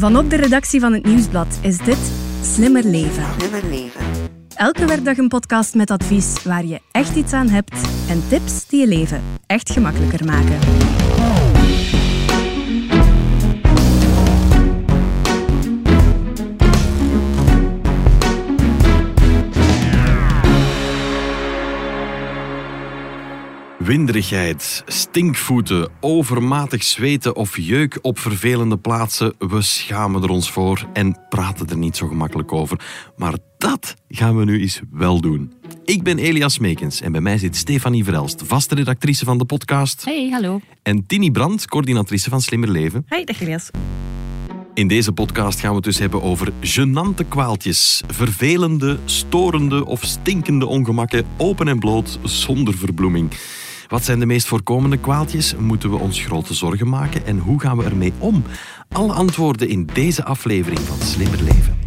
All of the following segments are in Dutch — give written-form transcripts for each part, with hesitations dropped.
Vanop de redactie van het Nieuwsblad is dit Slimmer Leven. Elke werkdag een podcast met advies waar je echt iets aan hebt en tips die je leven echt gemakkelijker maken. Winderigheid, stinkvoeten, overmatig zweten of jeuk op vervelende plaatsen. We schamen er ons voor en praten er niet zo gemakkelijk over. Maar dat gaan we nu eens wel doen. Ik ben Elias Meekens en bij mij zit Stefanie Verelst, vaste redactrice van de podcast. Hey, hallo. En Tini Brandt, coördinatrice van Slimmer Leven. Hey, dag Elias. In deze podcast gaan we het dus hebben over gênante kwaaltjes. Vervelende, storende of stinkende ongemakken, open en bloot, zonder verbloeming. Wat zijn de meest voorkomende kwaaltjes? Moeten we ons grote zorgen maken? En hoe gaan we ermee om? Alle antwoorden in deze aflevering van Slimmer Leven.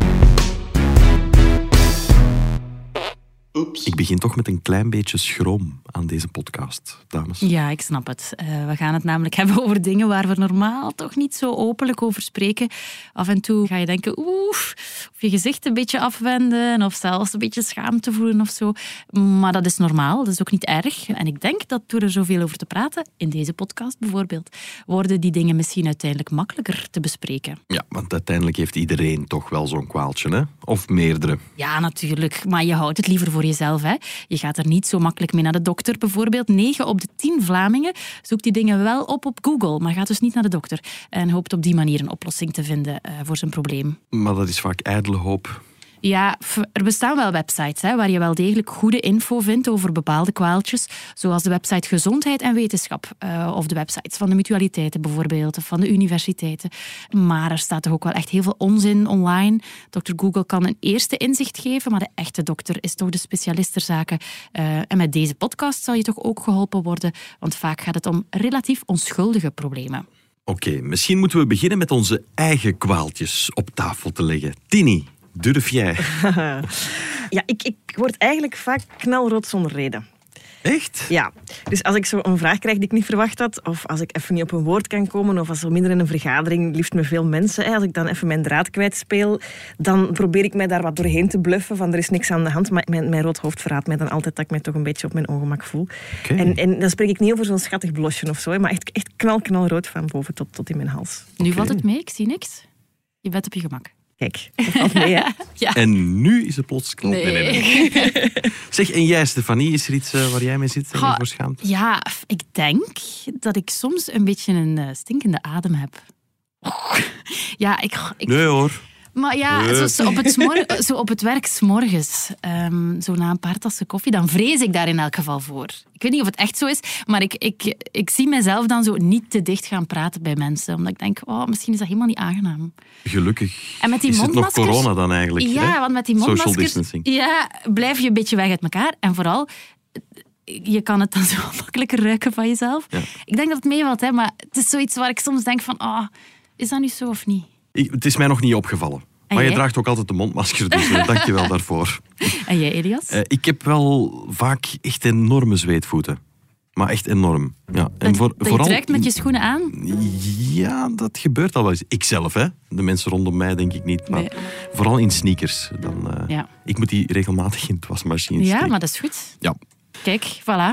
Oeps. Ik begin toch met een klein beetje schroom aan deze podcast, dames. Ja, ik snap het. We gaan het namelijk hebben over dingen waar we normaal toch niet zo openlijk over spreken. Af en toe ga je denken, of je gezicht een beetje afwenden of zelfs een beetje schaamte voelen of zo. Maar dat is normaal, dat is ook niet erg. En ik denk dat door er zoveel over te praten, in deze podcast bijvoorbeeld, worden die dingen misschien uiteindelijk makkelijker te bespreken. Ja, want uiteindelijk heeft iedereen toch wel zo'n kwaaltje, hè? Of meerdere. Ja, natuurlijk. Maar je houdt het liever voor jezelf, hè. Je gaat er niet zo makkelijk mee naar de dokter. Bijvoorbeeld 9 op de 10 Vlamingen zoekt die dingen wel op Google, maar gaat dus niet naar de dokter. En hoopt op die manier een oplossing te vinden voor zijn probleem. Maar dat is vaak ijdele hoop. Ja, er bestaan wel websites waar je wel degelijk goede info vindt over bepaalde kwaaltjes, zoals de website Gezondheid en Wetenschap, of de websites van de mutualiteiten bijvoorbeeld, of van de universiteiten. Maar er staat toch ook wel echt heel veel onzin online. Dr. Google kan een eerste inzicht geven, maar de echte dokter is toch de specialist ter zake. En met deze podcast zal je toch ook geholpen worden, want vaak gaat het om relatief onschuldige problemen. Oké, misschien moeten we beginnen met onze eigen kwaaltjes op tafel te leggen. Tini, durf jij? Ja, ik word eigenlijk vaak knalrood zonder reden. Echt? Ja, dus als ik zo een vraag krijg die ik niet verwacht had, of als ik even niet op een woord kan komen, of als er minder in een vergadering, liefst met veel mensen, als ik dan even mijn draad kwijtspeel, dan probeer ik mij daar wat doorheen te bluffen van er is niks aan de hand, maar mijn rood hoofd verraadt mij dan altijd dat ik mij toch een beetje op mijn ongemak voel. Okay. En dan spreek ik niet over zo'n schattig blosje of zo, maar echt knalrood van boven tot in mijn hals. Nu valt het mee, ik zie niks. Je bent op je gemak. Kijk, dat valt mee, hè? Ja. En nu is het plots klop. Nee. Zeg, en jij, Stefanie, is er iets waar jij mee zit en je voor schaamt? Ja, ik denk dat ik soms een beetje een stinkende adem heb. Ja, Nee hoor. Maar ja, zo op het werk 's morgens, zo na een paar tassen koffie, dan vrees ik daar in elk geval voor. Ik weet niet of het echt zo is, maar ik zie mezelf dan zo niet te dicht gaan praten bij mensen. Omdat ik denk, misschien is dat helemaal niet aangenaam. Gelukkig en met die is het nog mondmaskers, corona dan eigenlijk. Ja, hè? want met die mondmaskers blijf je een beetje weg uit elkaar. En vooral, je kan het dan zo makkelijker ruiken van jezelf. Ja. Ik denk dat het meevalt, hè, maar het is zoiets waar ik soms denk van, is dat nu zo of niet? Het is mij nog niet opgevallen. Maar je draagt ook altijd een mondmasker, dus dank je wel daarvoor. En jij, Elias? Ik heb wel vaak echt enorme zweetvoeten. Maar echt enorm. Ja. En dat vooral, je trekt met je schoenen aan? Ja, dat gebeurt al wel eens. Ikzelf, hè. De mensen rondom mij denk ik niet. Maar vooral in sneakers. Ik moet die regelmatig in het wasmachine steken. Ja, maar dat is goed. Ja. Kijk, voilà.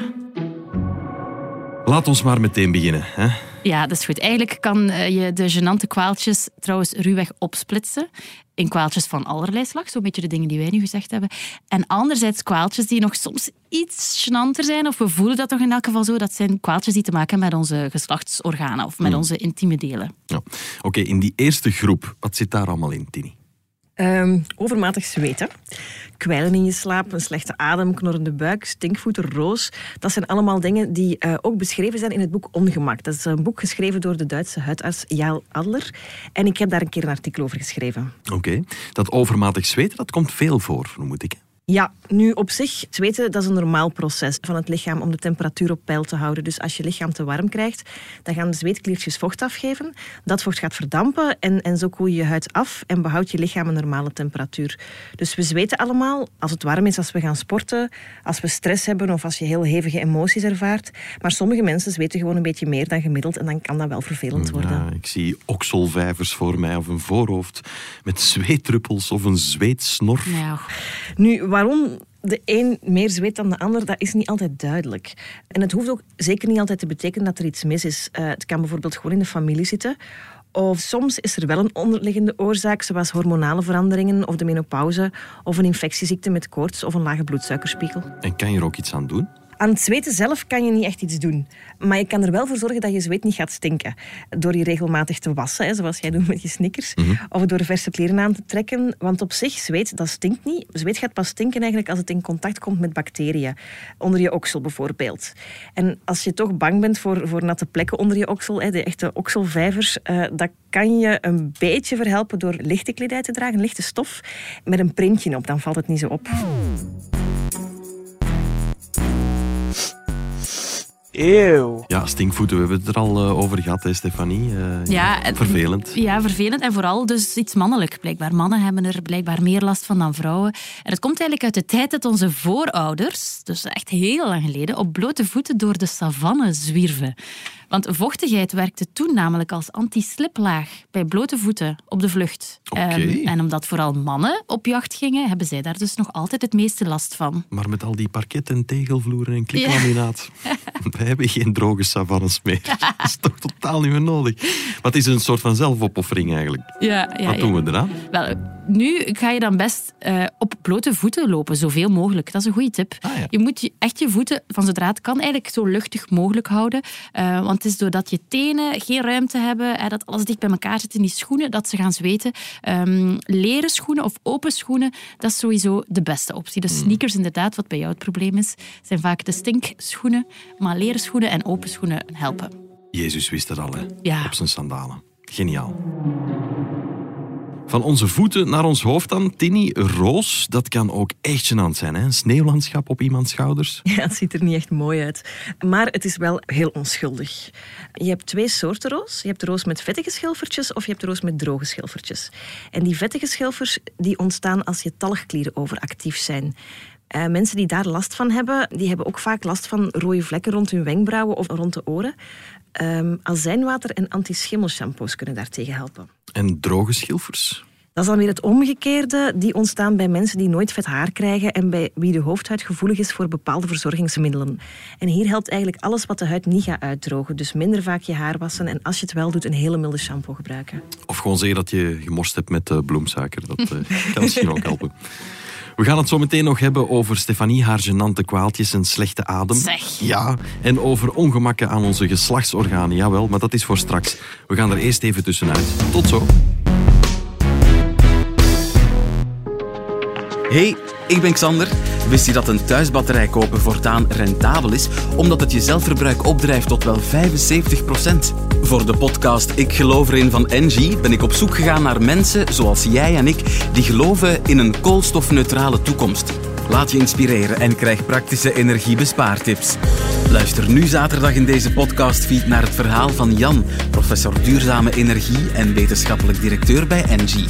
Laat ons maar meteen beginnen. Hè? Ja, dat is goed. Eigenlijk kan je de gênante kwaaltjes trouwens ruwweg opsplitsen in kwaaltjes van allerlei slag, zo'n beetje de dingen die wij nu gezegd hebben. En anderzijds kwaaltjes die nog soms iets gênanter zijn, of we voelen dat toch in elk geval zo, dat zijn kwaaltjes die te maken hebben met onze geslachtsorganen of met onze intieme delen. Ja. Oké, in die eerste groep, wat zit daar allemaal in, Tini? Overmatig zweten, kwijlen in je slaap, een slechte adem, knorrende buik, stinkvoeten, roos. Dat zijn allemaal dingen die ook beschreven zijn in het boek Ongemak. Dat is een boek geschreven door de Duitse huidarts Jael Adler. En ik heb daar een keer een artikel over geschreven. Oké. Dat overmatig zweten, dat komt veel voor, vermoed ik. Ja, nu op zich, zweten, dat is een normaal proces van het lichaam om de temperatuur op peil te houden. Dus als je lichaam te warm krijgt, dan gaan de zweetkliertjes vocht afgeven. Dat vocht gaat verdampen en zo koel je je huid af en behoudt je lichaam een normale temperatuur. Dus we zweten allemaal als het warm is, als we gaan sporten, als we stress hebben of als je heel hevige emoties ervaart. Maar sommige mensen zweten gewoon een beetje meer dan gemiddeld en dan kan dat wel vervelend worden. Ja, ik zie okselvijvers voor mij of een voorhoofd met zweetdruppels of een zweetsnor. Ja. Nu, waarom de een meer zweet dan de ander, dat is niet altijd duidelijk. En het hoeft ook zeker niet altijd te betekenen dat er iets mis is. Het kan bijvoorbeeld gewoon in de familie zitten. Of soms is er wel een onderliggende oorzaak, zoals hormonale veranderingen of de menopauze, of een infectieziekte met koorts of een lage bloedsuikerspiegel. En kan je er ook iets aan doen? Aan het zweten zelf kan je niet echt iets doen. Maar je kan er wel voor zorgen dat je zweet niet gaat stinken. Door je regelmatig te wassen, zoals jij doet met je Snickers. Of door verse kleren aan te trekken. Want op zich, zweet, dat stinkt niet. Zweet gaat pas stinken eigenlijk als het in contact komt met bacteriën. Onder je oksel bijvoorbeeld. En als je toch bang bent voor natte plekken onder je oksel, de echte okselvijvers, dat kan je een beetje verhelpen door lichte kledij te dragen, lichte stof, met een printje op. Dan valt het niet zo op. Eeuw. Ja, stinkvoeten, we hebben het er al over gehad, hè, Stefanie. Vervelend. Ja, vervelend. En vooral dus iets mannelijk. Blijkbaar mannen hebben er blijkbaar meer last van dan vrouwen. En het komt eigenlijk uit de tijd dat onze voorouders, dus echt heel lang geleden, op blote voeten door de savanne zwierven. Want vochtigheid werkte toen namelijk als anti-sliplaag bij blote voeten op de vlucht. Okay. En omdat vooral mannen op jacht gingen, hebben zij daar dus nog altijd het meeste last van. Maar met al die parket en tegelvloeren en kliklaminaat, we hebben geen droge savannes meer. Dat is toch totaal niet meer nodig. Maar het is een soort van zelfopoffering eigenlijk. Wat doen we eraan? Wel, nu ga je dan best op blote voeten lopen, zoveel mogelijk. Dat is een goede tip. Ja. Je moet echt je voeten, van zodra het kan, eigenlijk zo luchtig mogelijk houden. Want het is doordat je tenen geen ruimte hebben, dat alles dicht bij elkaar zit in die schoenen, dat ze gaan zweten. Leren schoenen of open schoenen, dat is sowieso de beste optie. De sneakers, inderdaad, wat bij jou het probleem is, zijn vaak de stinkschoenen. Maar leren schoenen en open schoenen helpen. Jezus wist het al, hè? Ja. Op zijn sandalen. Geniaal. Van onze voeten naar ons hoofd dan, Tini, roos, dat kan ook echt gênant zijn, hè? Een sneeuwlandschap op iemands schouders. Ja, het ziet er niet echt mooi uit. Maar het is wel heel onschuldig. Je hebt 2 soorten roos. Je hebt de roos met vettige schilfertjes of je hebt de roos met droge schilfertjes. En die vettige schilfers die ontstaan als je talgklieren overactief zijn. Mensen die daar last van hebben, die hebben ook vaak last van rode vlekken rond hun wenkbrauwen of rond de oren. Azijnwater en anti-schimmelshampoos kunnen daartegen helpen. En droge schilfers? Dat is dan weer het omgekeerde. Die ontstaan bij mensen die nooit vet haar krijgen en bij wie de hoofdhuid gevoelig is voor bepaalde verzorgingsmiddelen. En hier helpt eigenlijk alles wat de huid niet gaat uitdrogen. Dus minder vaak je haar wassen en als je het wel doet, een hele milde shampoo gebruiken. Of gewoon zeggen dat je gemorst hebt met bloemsuiker. Dat kan misschien ook helpen. We gaan het zo meteen nog hebben over Stefanie, haar gênante kwaaltjes en slechte adem. Zeg. Ja, en over ongemakken aan onze geslachtsorganen. Jawel, maar dat is voor straks. We gaan er eerst even tussenuit. Tot zo. Hey, ik ben Xander. Wist je dat een thuisbatterij kopen voortaan rentabel is, omdat het je zelfverbruik opdrijft tot wel 75%? Voor de podcast Ik geloof erin van Engie ben ik op zoek gegaan naar mensen zoals jij en ik die geloven in een koolstofneutrale toekomst. Laat je inspireren en krijg praktische energiebespaartips. Luister nu zaterdag in deze podcastfeed naar het verhaal van Jan, professor duurzame energie en wetenschappelijk directeur bij Engie.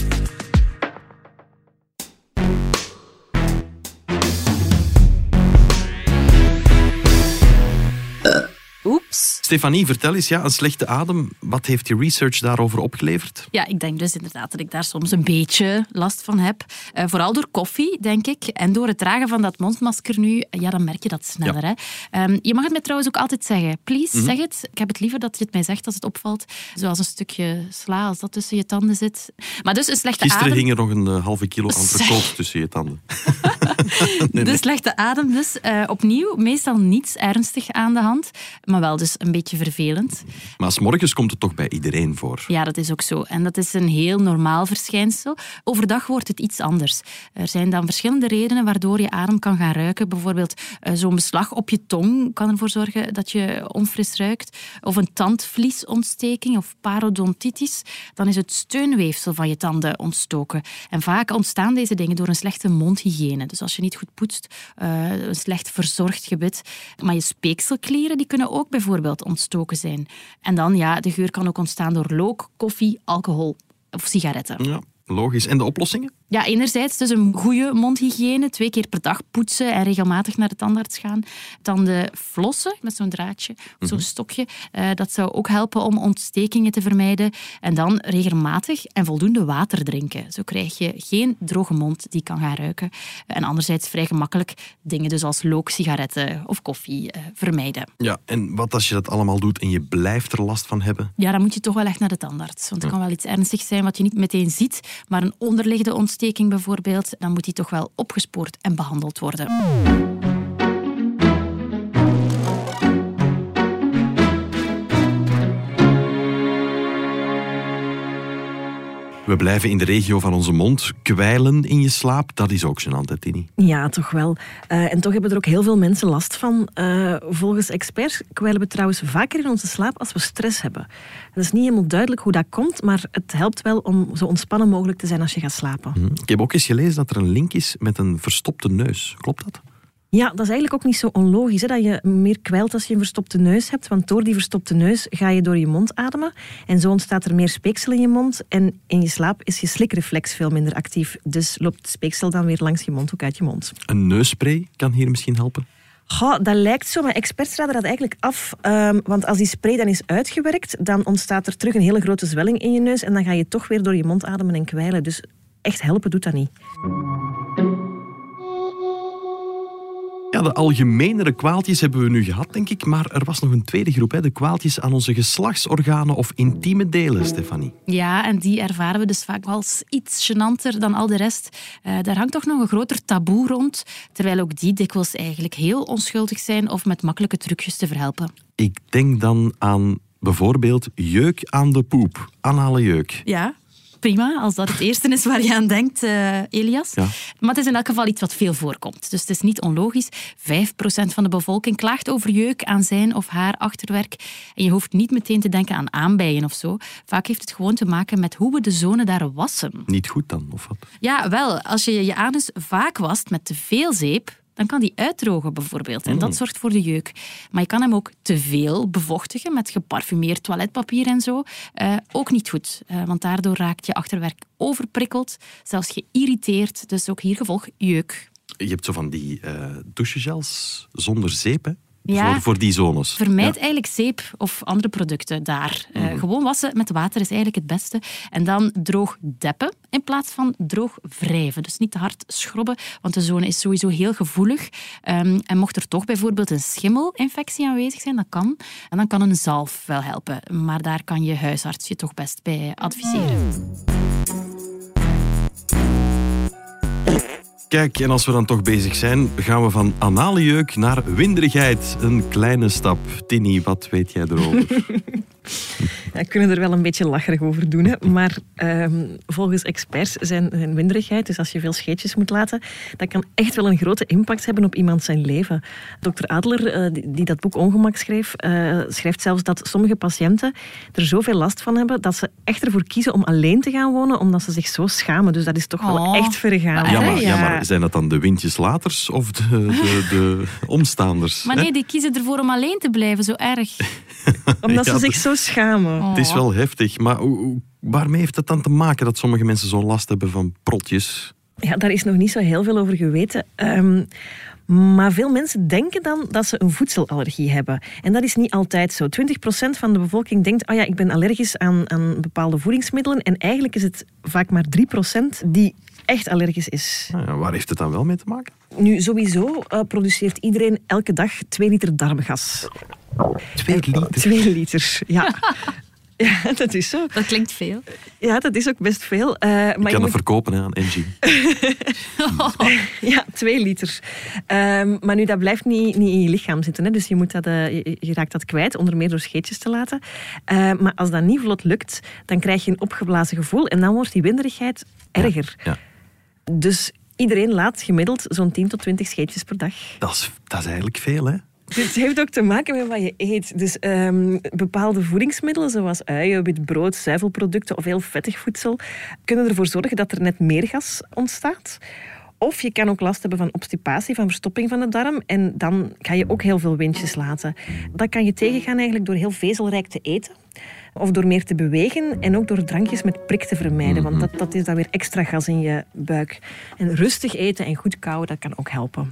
Oeps. Stefanie, vertel eens, een slechte adem. Wat heeft je research daarover opgeleverd? Ja, ik denk dus inderdaad dat ik daar soms een beetje last van heb. Vooral door koffie, denk ik. En door het dragen van dat mondmasker nu, dan merk je dat sneller. Ja. Hè? Je mag het mij trouwens ook altijd zeggen. Please, zeg het. Ik heb het liever dat je het mij zegt als het opvalt. Zoals een stukje sla, als dat tussen je tanden zit. Maar dus een slechte Gisteren adem... hing er nog een halve kilo entrecote tussen je tanden. De slechte adem dus. Opnieuw, meestal niets ernstig aan de hand. Maar wel dus een beetje vervelend. Maar 's morgens komt het toch bij iedereen voor? Ja, dat is ook zo. En dat is een heel normaal verschijnsel. Overdag wordt het iets anders. Er zijn dan verschillende redenen waardoor je adem kan gaan ruiken. Bijvoorbeeld zo'n beslag op je tong kan ervoor zorgen dat je onfris ruikt. Of een tandvliesontsteking of parodontitis. Dan is het steunweefsel van je tanden ontstoken. En vaak ontstaan deze dingen door een slechte mondhygiëne. Dus als je niet goed poetst, een slecht verzorgd gebit. Maar je speekselklieren die kunnen ook bijvoorbeeld ontstoken zijn. En dan, de geur kan ook ontstaan door rook, koffie, alcohol of sigaretten. Ja, logisch. En de oplossingen? Ja, enerzijds dus een goede mondhygiëne, 2 keer per dag poetsen en regelmatig naar de tandarts gaan. Tanden flossen met zo'n draadje of zo'n stokje. Dat zou ook helpen om ontstekingen te vermijden. En dan regelmatig en voldoende water drinken. Zo krijg je geen droge mond die kan gaan ruiken. En anderzijds vrij gemakkelijk dingen dus als look, sigaretten of koffie vermijden. Ja, en wat als je dat allemaal doet en je blijft er last van hebben? Ja, dan moet je toch wel echt naar de tandarts. Want het kan wel iets ernstigs zijn wat je niet meteen ziet, maar een onderliggende ontsteking bijvoorbeeld, dan moet die toch wel opgespoord en behandeld worden. We blijven in de regio van onze mond. Kwijlen in je slaap, dat is ook gênant, hè, Tini? Ja, toch wel. En toch hebben er ook heel veel mensen last van. Volgens experts kwijlen we trouwens vaker in onze slaap als we stress hebben. Het is niet helemaal duidelijk hoe dat komt, maar het helpt wel om zo ontspannen mogelijk te zijn als je gaat slapen. Ik heb ook eens gelezen dat er een link is met een verstopte neus. Klopt dat? Ja, dat is eigenlijk ook niet zo onlogisch, hè, dat je meer kwijlt als je een verstopte neus hebt. Want door die verstopte neus ga je door je mond ademen. En zo ontstaat er meer speeksel in je mond. En in je slaap is je slikreflex veel minder actief. Dus loopt het speeksel dan weer langs je mondhoek uit je mond. Een neusspray kan hier misschien helpen? Goh, dat lijkt zo, maar experts raden dat eigenlijk af. Want als die spray dan is uitgewerkt, dan ontstaat er terug een hele grote zwelling in je neus. En dan ga je toch weer door je mond ademen en kwijlen. Dus echt helpen doet dat niet. Ja, de algemenere kwaaltjes hebben we nu gehad, denk ik. Maar er was nog een tweede groep, hè? De kwaaltjes aan onze geslachtsorganen of intieme delen, Stefanie. Ja, en die ervaren we dus vaak als iets gênanter dan al de rest. Daar hangt toch nog een groter taboe rond, terwijl ook die dikwijls eigenlijk heel onschuldig zijn of met makkelijke trucjes te verhelpen. Ik denk dan aan bijvoorbeeld jeuk aan de poep, anale jeuk. Ja. Prima, als dat het eerste is waar je aan denkt, Elias. Ja. Maar het is in elk geval iets wat veel voorkomt. Dus het is niet onlogisch. 5% van de bevolking klaagt over jeuk aan zijn of haar achterwerk. En je hoeft niet meteen te denken aan aanbijen of zo. Vaak heeft het gewoon te maken met hoe we de zone daar wassen. Niet goed dan, of wat? Ja, wel. Als je je anus vaak wast met te veel zeep, dan kan die uitdrogen bijvoorbeeld. En dat zorgt voor de jeuk. Maar je kan hem ook te veel bevochtigen met geparfumeerd toiletpapier en zo. Ook niet goed, want daardoor raakt je achterwerk overprikkeld, zelfs geïrriteerd. Dus ook hier gevolg jeuk. Je hebt zo van die douchegels zonder zeep, hè? Ja, voor die zones. Vermijd eigenlijk zeep of andere producten daar. Gewoon wassen met water is eigenlijk het beste. En dan droog deppen in plaats van droog wrijven. Dus niet te hard schrobben, want de zone is sowieso heel gevoelig. En mocht er toch bijvoorbeeld een schimmelinfectie aanwezig zijn, dat kan. En dan kan een zalf wel helpen. Maar daar kan je huisarts je toch best bij adviseren. Kijk, en als we dan toch bezig zijn, gaan we van anale jeuk naar winderigheid. Een kleine stap. Tini, wat weet jij erover? Ja, kunnen er wel een beetje lacherig over doen, hè? Maar volgens experts zijn winderigheid, dus als je veel scheetjes moet laten, dat kan echt wel een grote impact hebben op iemand zijn leven. Dr. Adler, die dat boek Ongemak schreef, schrijft zelfs dat sommige patiënten er zoveel last van hebben dat ze echt ervoor kiezen om alleen te gaan wonen, omdat ze zich zo schamen. Dus dat is toch wel echt vergaan. Ja, maar zijn dat dan de windjeslaters of de omstaanders? Maar nee, die kiezen ervoor om alleen te blijven, zo erg. Omdat ze zich zo schamen. Het is wel heftig, maar waarmee heeft het dan te maken dat sommige mensen zo'n last hebben van protjes? Ja, daar is nog niet zo heel veel over geweten. Maar veel mensen denken dan dat ze een voedselallergie hebben. En dat is niet altijd zo. 20% van de bevolking denkt, oh ja, ik ben allergisch aan bepaalde voedingsmiddelen. En eigenlijk is het vaak maar 3% die echt allergisch is. Nou ja, waar heeft het dan wel mee te maken? Nu, sowieso produceert iedereen elke dag 2 liter darmgas. 2 liter? 2 liter, ja. Ja, dat is zo. Dat klinkt veel. Ja, dat is ook best veel. Ik kan het verkopen aan Engie. Ja, 2 liter. Maar nu, dat blijft niet in je lichaam zitten. Hè. Dus je raakt dat kwijt, onder meer door scheetjes te laten. Maar als dat niet vlot lukt, dan krijg je een opgeblazen gevoel en dan wordt die winderigheid erger. Ja. Dus iedereen laat gemiddeld zo'n 10 tot 20 scheetjes per dag. Dat is eigenlijk veel, hè? Het heeft ook te maken met wat je eet. Dus bepaalde voedingsmiddelen, zoals uien, wit brood, zuivelproducten of heel vettig voedsel, kunnen ervoor zorgen dat er net meer gas ontstaat. Of je kan ook last hebben van obstipatie, van verstopping van de darm. En dan ga je ook heel veel windjes laten. Dat kan je tegengaan eigenlijk door heel vezelrijk te eten. Of door meer te bewegen en ook door drankjes met prik te vermijden. Want dat is dan weer extra gas in je buik. En rustig eten en goed kauwen, dat kan ook helpen.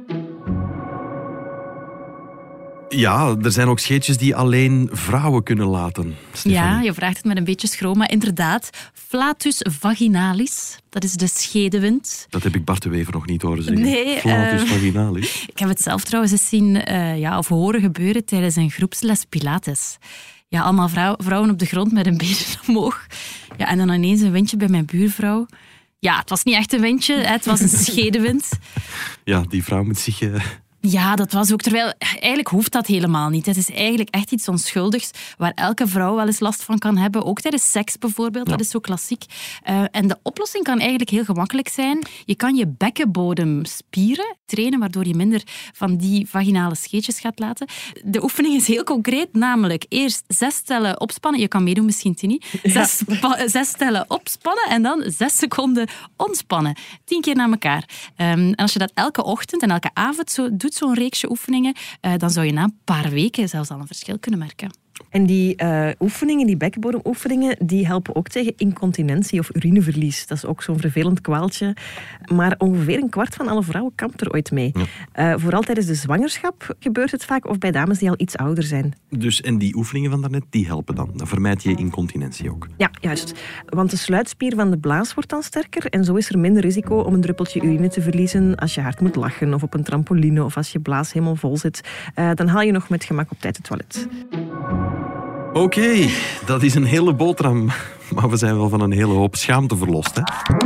Ja, er zijn ook scheetjes die alleen vrouwen kunnen laten. Stefanie. Ja, je vraagt het met een beetje schroom, maar inderdaad, flatus vaginalis, dat is de schedewind. Dat heb ik Bart de Wever nog niet horen zeggen. Nee, Flatus vaginalis. Ik heb het zelf trouwens eens zien of horen gebeuren tijdens een groepsles Pilates. Ja, allemaal vrouwen op de grond met een beetje omhoog. Ja, en dan ineens een windje bij mijn buurvrouw. Ja, het was niet echt een windje, het was een schedewind. Ja, die vrouw moet zich... Ja, dat was ook. Terwijl, eigenlijk hoeft dat helemaal niet. Het is eigenlijk echt iets onschuldigs waar elke vrouw wel eens last van kan hebben. Ook tijdens seks bijvoorbeeld, dat is zo klassiek. En de oplossing kan eigenlijk heel gemakkelijk zijn. Je kan je bekkenbodemspieren trainen, waardoor je minder van die vaginale scheetjes gaat laten. De oefening is heel concreet, namelijk eerst 6 tellen opspannen. Je kan meedoen misschien, Tini. 6 tellen opspannen en dan 6 seconden ontspannen. 10 keer na elkaar. En als je dat elke ochtend en elke avond zo doet, zo'n reeksje oefeningen, dan zou je na een paar weken zelfs al een verschil kunnen merken. En die oefeningen, die bekkenbodemoefeningen, die helpen ook tegen incontinentie of urineverlies. Dat is ook zo'n vervelend kwaaltje. Maar ongeveer 1/4 van alle vrouwen kampt er ooit mee. Ja. Vooral tijdens de zwangerschap gebeurt het vaak, of bij dames die al iets ouder zijn. Dus, en die oefeningen van daarnet, die helpen dan? Dan vermijd je incontinentie ook? Ja, juist. Want de sluitspier van de blaas wordt dan sterker en zo is er minder risico om een druppeltje urine te verliezen als je hard moet lachen of op een trampoline of als je blaas helemaal vol zit. Dan haal je nog met gemak op tijd het toilet. Oké, dat is een hele boterham. Maar we zijn wel van een hele hoop schaamte verlost, hè?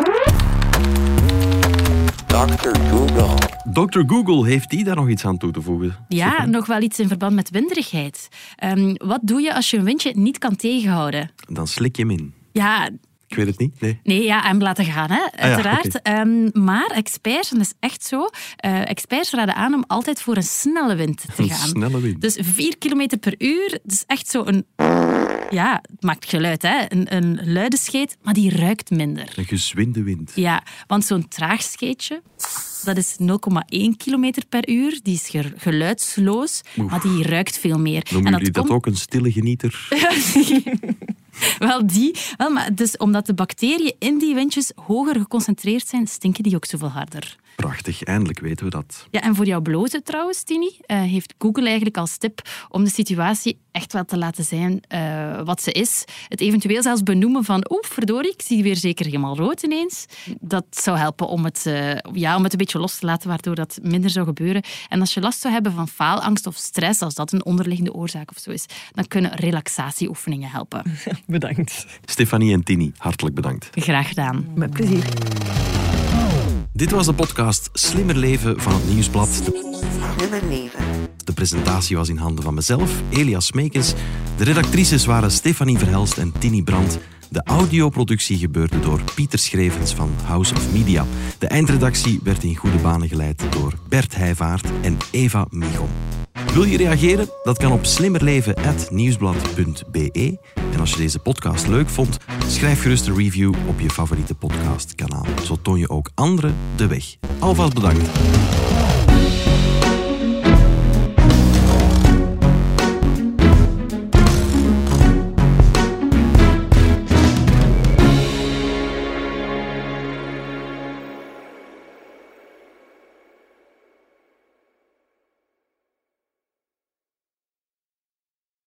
Dr. Google. Dr. Google, heeft die daar nog iets aan toe te voegen? Ja, Stefanie? nog wel iets in verband met winderigheid. Wat doe je als je een windje niet kan tegenhouden? Dan slik je hem in. Ja... Ik weet het niet, nee. Nee, ja, hem laten gaan, hè, uiteraard. Ja, okay. Maar experts, en dat is echt zo, experts raden aan om altijd voor een snelle wind te gaan. Een snelle wind. Dus 4 kilometer per uur, dat is echt zo een... Ja, het maakt geluid, hè. Een luide scheet, maar die ruikt minder. Een gezwinde wind. Ja, want zo'n traag scheetje, dat is 0,1 kilometer per uur. Die is geluidsloos, maar die ruikt veel meer. Noemen jullie dat ook een stille genieter? Wel, maar dus omdat de bacteriën in die windjes hoger geconcentreerd zijn, stinken die ook zoveel harder. Prachtig, eindelijk weten we dat. Ja, en voor jouw blozen trouwens, Tini, heeft Google eigenlijk als tip om de situatie echt wel te laten zijn wat ze is. Het eventueel zelfs benoemen van, verdorie, ik zie weer zeker helemaal rood ineens. Dat zou helpen om het een beetje los te laten, waardoor dat minder zou gebeuren. En als je last zou hebben van faalangst of stress, als dat een onderliggende oorzaak of zo is, dan kunnen relaxatieoefeningen helpen. Bedankt. Stefanie en Tini, hartelijk bedankt. Graag gedaan. Met plezier. Dit was de podcast Slimmer Leven van het Nieuwsblad. Slimmer Leven. De presentatie was in handen van mezelf, Elias Smekens. De redactrices waren Stefanie Verhelst en Tini Brandt. De audioproductie gebeurde door Pieter Schrevens van House of Media. De eindredactie werd in goede banen geleid door Bert Heijvaart en Eva Michom. Wil je reageren? Dat kan op slimmerleven@nieuwsblad.be. En als je deze podcast leuk vond, schrijf gerust een review op je favoriete podcastkanaal. Zo toon je ook anderen de weg. Alvast bedankt.